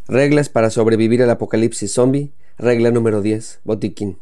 Reglas para sobrevivir al apocalipsis zombie. Regla número 10. Botiquín.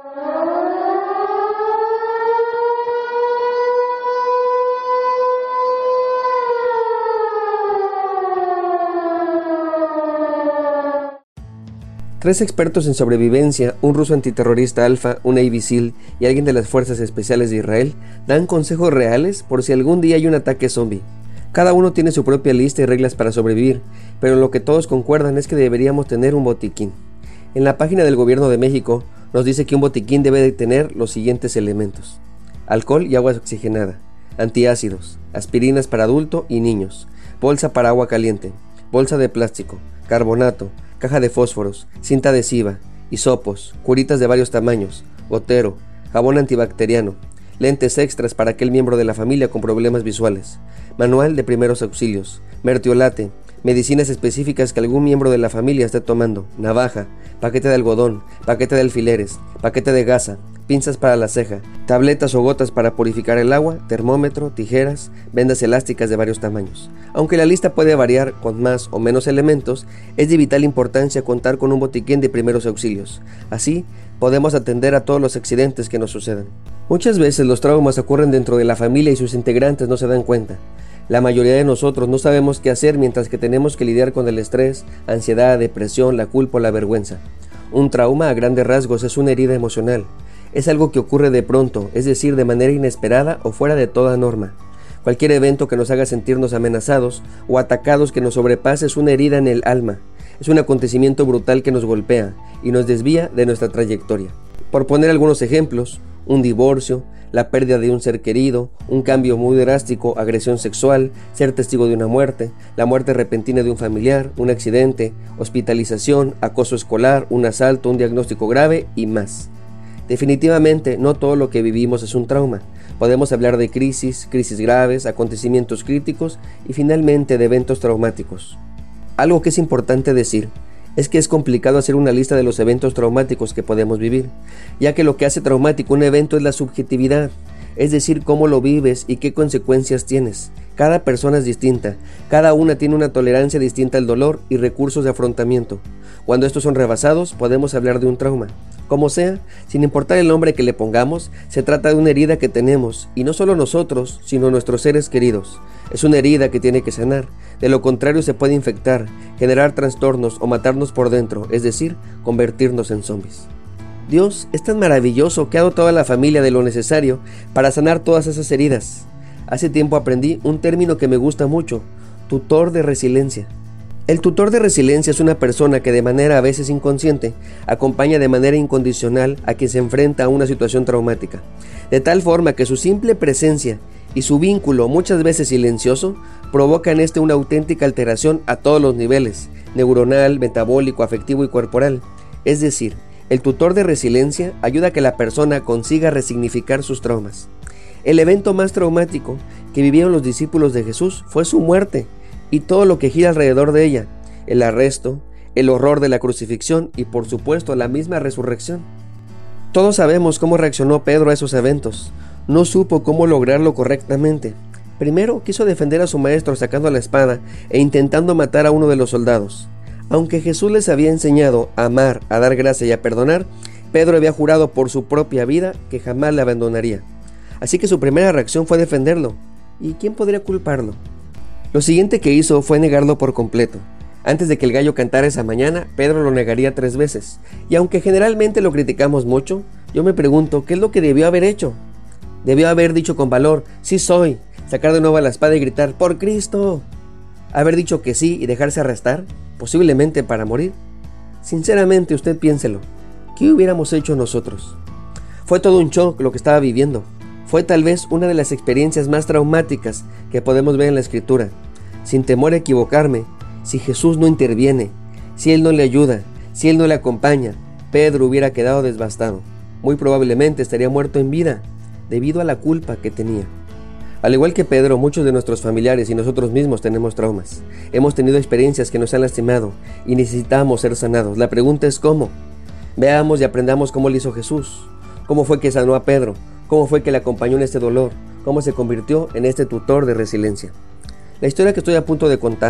Tres expertos en sobrevivencia, un ruso antiterrorista alfa, un Navy SEAL y alguien de las Fuerzas Especiales de Israel, dan consejos reales por si algún día hay un ataque zombie. Cada uno tiene su propia lista y reglas para sobrevivir, pero lo que todos concuerdan es que deberíamos tener un botiquín. En la página del Gobierno de México nos dice que un botiquín debe de tener los siguientes elementos: alcohol y agua oxigenada, antiácidos, aspirinas para adulto y niños, bolsa para agua caliente, bolsa de plástico, carbonato, caja de fósforos, cinta adhesiva, hisopos, curitas de varios tamaños, gotero, jabón antibacteriano, lentes extras para aquel miembro de la familia con problemas visuales, manual de primeros auxilios, mertiolate, medicinas específicas que algún miembro de la familia esté tomando, navaja, paquete de algodón, paquete de alfileres, paquete de gasa, pinzas para la ceja, tabletas o gotas para purificar el agua, termómetro, tijeras, vendas elásticas de varios tamaños. Aunque la lista puede variar con más o menos elementos, es de vital importancia contar con un botiquín de primeros auxilios. Así, podemos atender a todos los accidentes que nos sucedan. Muchas veces los traumas ocurren dentro de la familia y sus integrantes no se dan cuenta. La mayoría de nosotros no sabemos qué hacer mientras que tenemos que lidiar con el estrés, ansiedad, depresión, la culpa o la vergüenza. Un trauma a grandes rasgos es una herida emocional. Es algo que ocurre de pronto, es decir, de manera inesperada o fuera de toda norma. Cualquier evento que nos haga sentirnos amenazados o atacados que nos sobrepase es una herida en el alma. Es un acontecimiento brutal que nos golpea y nos desvía de nuestra trayectoria. Por poner algunos ejemplos, un divorcio, la pérdida de un ser querido, un cambio muy drástico, agresión sexual, ser testigo de una muerte, la muerte repentina de un familiar, un accidente, hospitalización, acoso escolar, un asalto, un diagnóstico grave y más. Definitivamente, no todo lo que vivimos es un trauma. Podemos hablar de crisis graves, acontecimientos críticos y finalmente de eventos traumáticos. Algo que es importante decir es que es complicado hacer una lista de los eventos traumáticos que podemos vivir, ya que lo que hace traumático un evento es la subjetividad, es decir, cómo lo vives y qué consecuencias tienes. Cada persona es distinta, cada una tiene una tolerancia distinta al dolor y recursos de afrontamiento. Cuando estos son rebasados, podemos hablar de un trauma. Como sea, sin importar el nombre que le pongamos, se trata de una herida que tenemos, y no solo nosotros, sino nuestros seres queridos. Es una herida que tiene que sanar, de lo contrario se puede infectar, generar trastornos o matarnos por dentro, es decir, convertirnos en zombies. Dios es tan maravilloso que ha dotado a la familia de lo necesario para sanar todas esas heridas. Hace tiempo aprendí un término que me gusta mucho: tutor de resiliencia. El tutor de resiliencia es una persona que de manera a veces inconsciente acompaña de manera incondicional a quien se enfrenta a una situación traumática, de tal forma que su simple presencia y su vínculo, muchas veces silencioso, provoca en una auténtica alteración a todos los niveles: neuronal, metabólico, afectivo y corporal. Es decir, el tutor de resiliencia ayuda a que la persona consiga resignificar sus traumas. El evento más traumático que vivieron los discípulos de Jesús fue su muerte y todo lo que gira alrededor de ella: el arresto, el horror de la crucifixión y por supuesto la misma resurrección. Todos sabemos cómo reaccionó Pedro a esos eventos. No supo cómo lograrlo correctamente. Primero quiso defender a su maestro sacando la espada e intentando matar a uno de los soldados. Aunque Jesús les había enseñado a amar, a dar gracia y a perdonar, Pedro había jurado por su propia vida que jamás le abandonaría. Así que su primera reacción fue defenderlo. ¿Y quién podría culparlo? Lo siguiente que hizo fue negarlo por completo. Antes de que el gallo cantara esa mañana, Pedro lo negaría 3 veces. Y aunque generalmente lo criticamos mucho, yo me pregunto, ¿qué es lo que debió haber hecho? Debió haber dicho con valor: sí soy, sacar de nuevo la espada y gritar: ¡por Cristo! Haber dicho que sí y dejarse arrestar, posiblemente para morir. Sinceramente, usted piénselo, ¿qué hubiéramos hecho nosotros? Fue todo un shock lo que estaba viviendo. Fue tal vez una de las experiencias más traumáticas que podemos ver en la Escritura. Sin temor a equivocarme, si Jesús no interviene, si Él no le ayuda, si Él no le acompaña, Pedro hubiera quedado devastado. Muy probablemente estaría muerto en vida, debido a la culpa que tenía. Al igual que Pedro, muchos de nuestros familiares y nosotros mismos tenemos traumas. Hemos tenido experiencias que nos han lastimado y necesitamos ser sanados. La pregunta es ¿cómo? Veamos y aprendamos cómo lo hizo Jesús. Cómo fue que sanó a Pedro. Cómo fue que le acompañó en este dolor. Cómo se convirtió en este tutor de resiliencia. La historia que estoy a punto de contar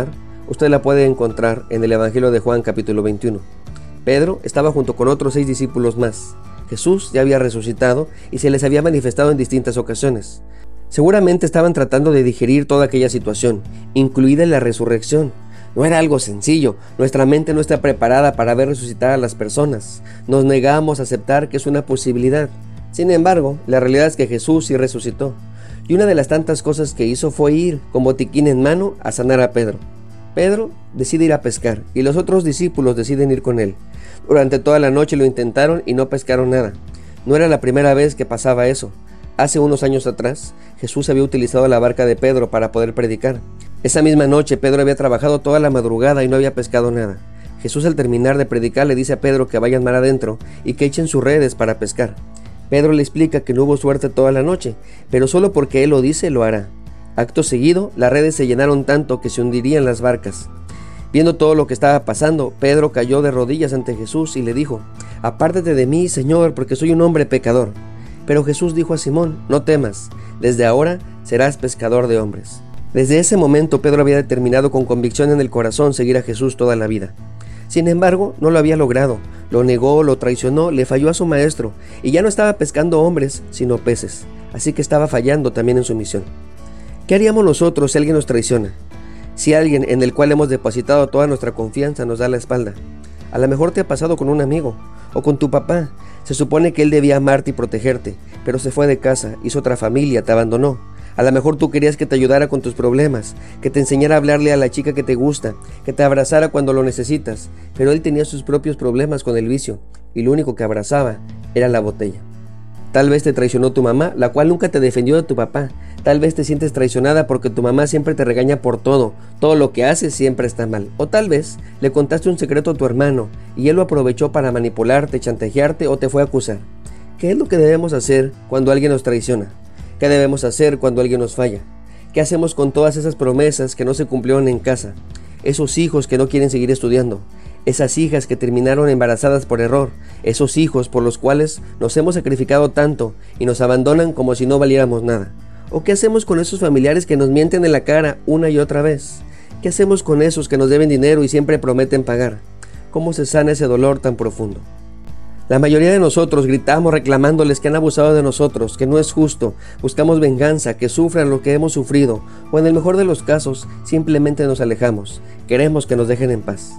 Usted la puede encontrar en el Evangelio de Juan capítulo 21. Pedro estaba junto con otros 6 discípulos más. Jesús ya había resucitado y se les había manifestado en distintas ocasiones. Seguramente estaban tratando de digerir toda aquella situación, incluida la resurrección. No era algo sencillo, nuestra mente no está preparada para ver resucitar a las personas. Nos negamos a aceptar que es una posibilidad. Sin embargo, la realidad es que Jesús sí resucitó. Y una de las tantas cosas que hizo fue ir, con botiquín en mano, a sanar a Pedro. Pedro decide ir a pescar y los otros discípulos deciden ir con él. Durante toda la noche lo intentaron y no pescaron nada. No era la primera vez que pasaba eso. Hace unos años atrás, Jesús había utilizado la barca de Pedro para poder predicar. Esa misma noche, Pedro había trabajado toda la madrugada y no había pescado nada. Jesús, al terminar de predicar, le dice a Pedro que vayan mar adentro y que echen sus redes para pescar. Pedro le explica que no hubo suerte toda la noche, pero solo porque él lo dice, lo hará. Acto seguido, las redes se llenaron tanto que se hundirían las barcas. Viendo todo lo que estaba pasando, Pedro cayó de rodillas ante Jesús y le dijo: «Apártate de mí, Señor, porque soy un hombre pecador». Pero Jesús dijo a Simón: «No temas, desde ahora serás pescador de hombres». Desde ese momento Pedro había determinado con convicción en el corazón seguir a Jesús toda la vida. Sin embargo, no lo había logrado, lo negó, lo traicionó, le falló a su maestro y ya no estaba pescando hombres, sino peces, así que estaba fallando también en su misión. ¿Qué haríamos nosotros si alguien nos traiciona? Si alguien en el cual hemos depositado toda nuestra confianza nos da la espalda. A lo mejor te ha pasado con un amigo o con tu papá. Se supone que él debía amarte y protegerte, pero se fue de casa, hizo otra familia, te abandonó. A lo mejor tú querías que te ayudara con tus problemas, que te enseñara a hablarle a la chica que te gusta, que te abrazara cuando lo necesitas, pero él tenía sus propios problemas con el vicio, y lo único que abrazaba era la botella. Tal vez te traicionó tu mamá, la cual nunca te defendió de tu papá. Tal vez te sientes traicionada porque tu mamá siempre te regaña por todo lo que haces siempre está mal. O tal vez le contaste un secreto a tu hermano, y él lo aprovechó para manipularte, chantajearte o te fue a acusar. ¿Qué es lo que debemos hacer cuando alguien nos traiciona? ¿Qué debemos hacer cuando alguien nos falla? ¿Qué hacemos con todas esas promesas que no se cumplieron en casa? Esos hijos que no quieren seguir estudiando. Esas hijas que terminaron embarazadas por error. Esos hijos por los cuales nos hemos sacrificado tanto y nos abandonan como si no valiéramos nada. ¿O qué hacemos con esos familiares que nos mienten en la cara una y otra vez? ¿Qué hacemos con esos que nos deben dinero y siempre prometen pagar? ¿Cómo se sana ese dolor tan profundo? La mayoría de nosotros gritamos reclamándoles que han abusado de nosotros, que no es justo, buscamos venganza, que sufran lo que hemos sufrido, o en el mejor de los casos, simplemente nos alejamos, queremos que nos dejen en paz.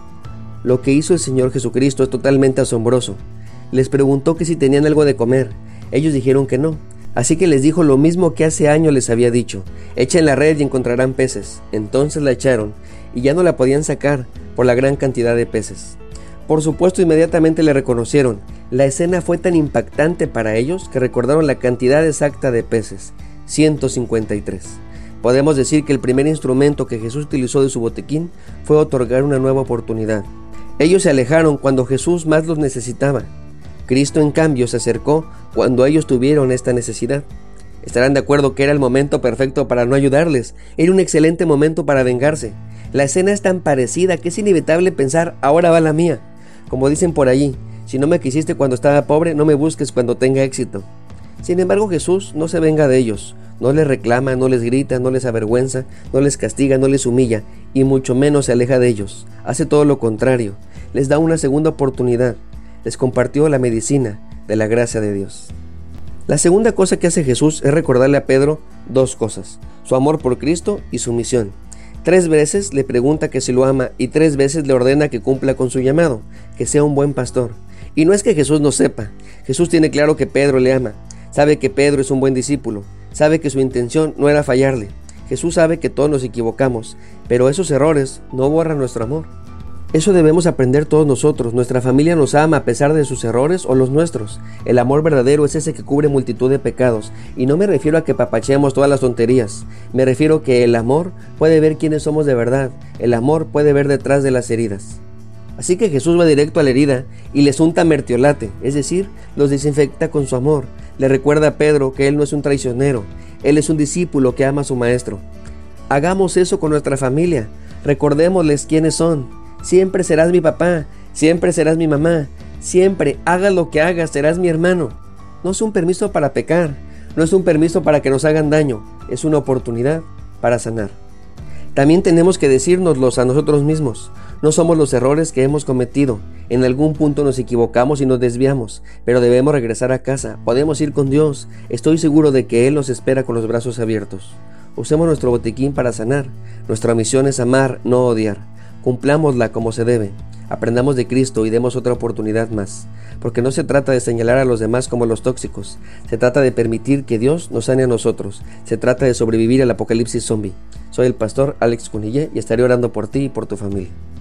Lo que hizo el Señor Jesucristo es totalmente asombroso. Les preguntó que si tenían algo de comer, ellos dijeron que no, así que les dijo lo mismo que hace años les había dicho: echen la red y encontrarán peces. Entonces la echaron, y ya no la podían sacar por la gran cantidad de peces. Por supuesto, inmediatamente le reconocieron. La escena fue tan impactante para ellos que recordaron la cantidad exacta de peces: 153. Podemos decir que el primer instrumento que Jesús utilizó de su botiquín fue otorgar una nueva oportunidad. Ellos se alejaron cuando Jesús más los necesitaba. Cristo, en cambio, se acercó cuando ellos tuvieron esta necesidad. Estarán de acuerdo que era el momento perfecto para no ayudarles. Era un excelente momento para vengarse. La escena es tan parecida que es inevitable pensar: ahora va la mía. Como dicen por allí, si no me quisiste cuando estaba pobre, no me busques cuando tenga éxito. Sin embargo, Jesús no se venga de ellos, no les reclama, no les grita, no les avergüenza, no les castiga, no les humilla, y mucho menos se aleja de ellos. Hace todo lo contrario, les da una segunda oportunidad, les compartió la medicina de la gracia de Dios. La segunda cosa que hace Jesús es recordarle a Pedro 2 cosas: su amor por Cristo y su misión. 3 veces le pregunta que si lo ama y 3 veces le ordena que cumpla con su llamado, que sea un buen pastor. Y no es que Jesús no sepa, Jesús tiene claro que Pedro le ama, sabe que Pedro es un buen discípulo, sabe que su intención no era fallarle. Jesús sabe que todos nos equivocamos, pero esos errores no borran nuestro amor. Eso debemos aprender todos nosotros. Nuestra familia nos ama a pesar de sus errores o los nuestros. El amor verdadero es ese que cubre multitud de pecados. Y no me refiero a que papachemos todas las tonterías. Me refiero que el amor puede ver quiénes somos de verdad. El amor puede ver detrás de las heridas. Así que Jesús va directo a la herida y les unta mertiolate, es decir, los desinfecta con su amor. Le recuerda a Pedro que él no es un traicionero. Él es un discípulo que ama a su maestro. Hagamos eso con nuestra familia. Recordémosles quiénes son. Siempre serás mi papá, siempre serás mi mamá, siempre, hagas lo que hagas, serás mi hermano. No es un permiso para pecar, no es un permiso para que nos hagan daño, es una oportunidad para sanar. También tenemos que decírnoslos a nosotros mismos. No somos los errores que hemos cometido. En algún punto nos equivocamos y nos desviamos, pero debemos regresar a casa. Podemos ir con Dios. Estoy seguro de que Él nos espera con los brazos abiertos. Usemos nuestro botiquín para sanar. Nuestra misión es amar, no odiar. Cumplámosla como se debe. Aprendamos de Cristo y demos otra oportunidad más. Porque no se trata de señalar a los demás como los tóxicos. Se trata de permitir que Dios nos sane a nosotros. Se trata de sobrevivir al apocalipsis zombie. Soy el pastor Alex Cunillé y estaré orando por ti y por tu familia.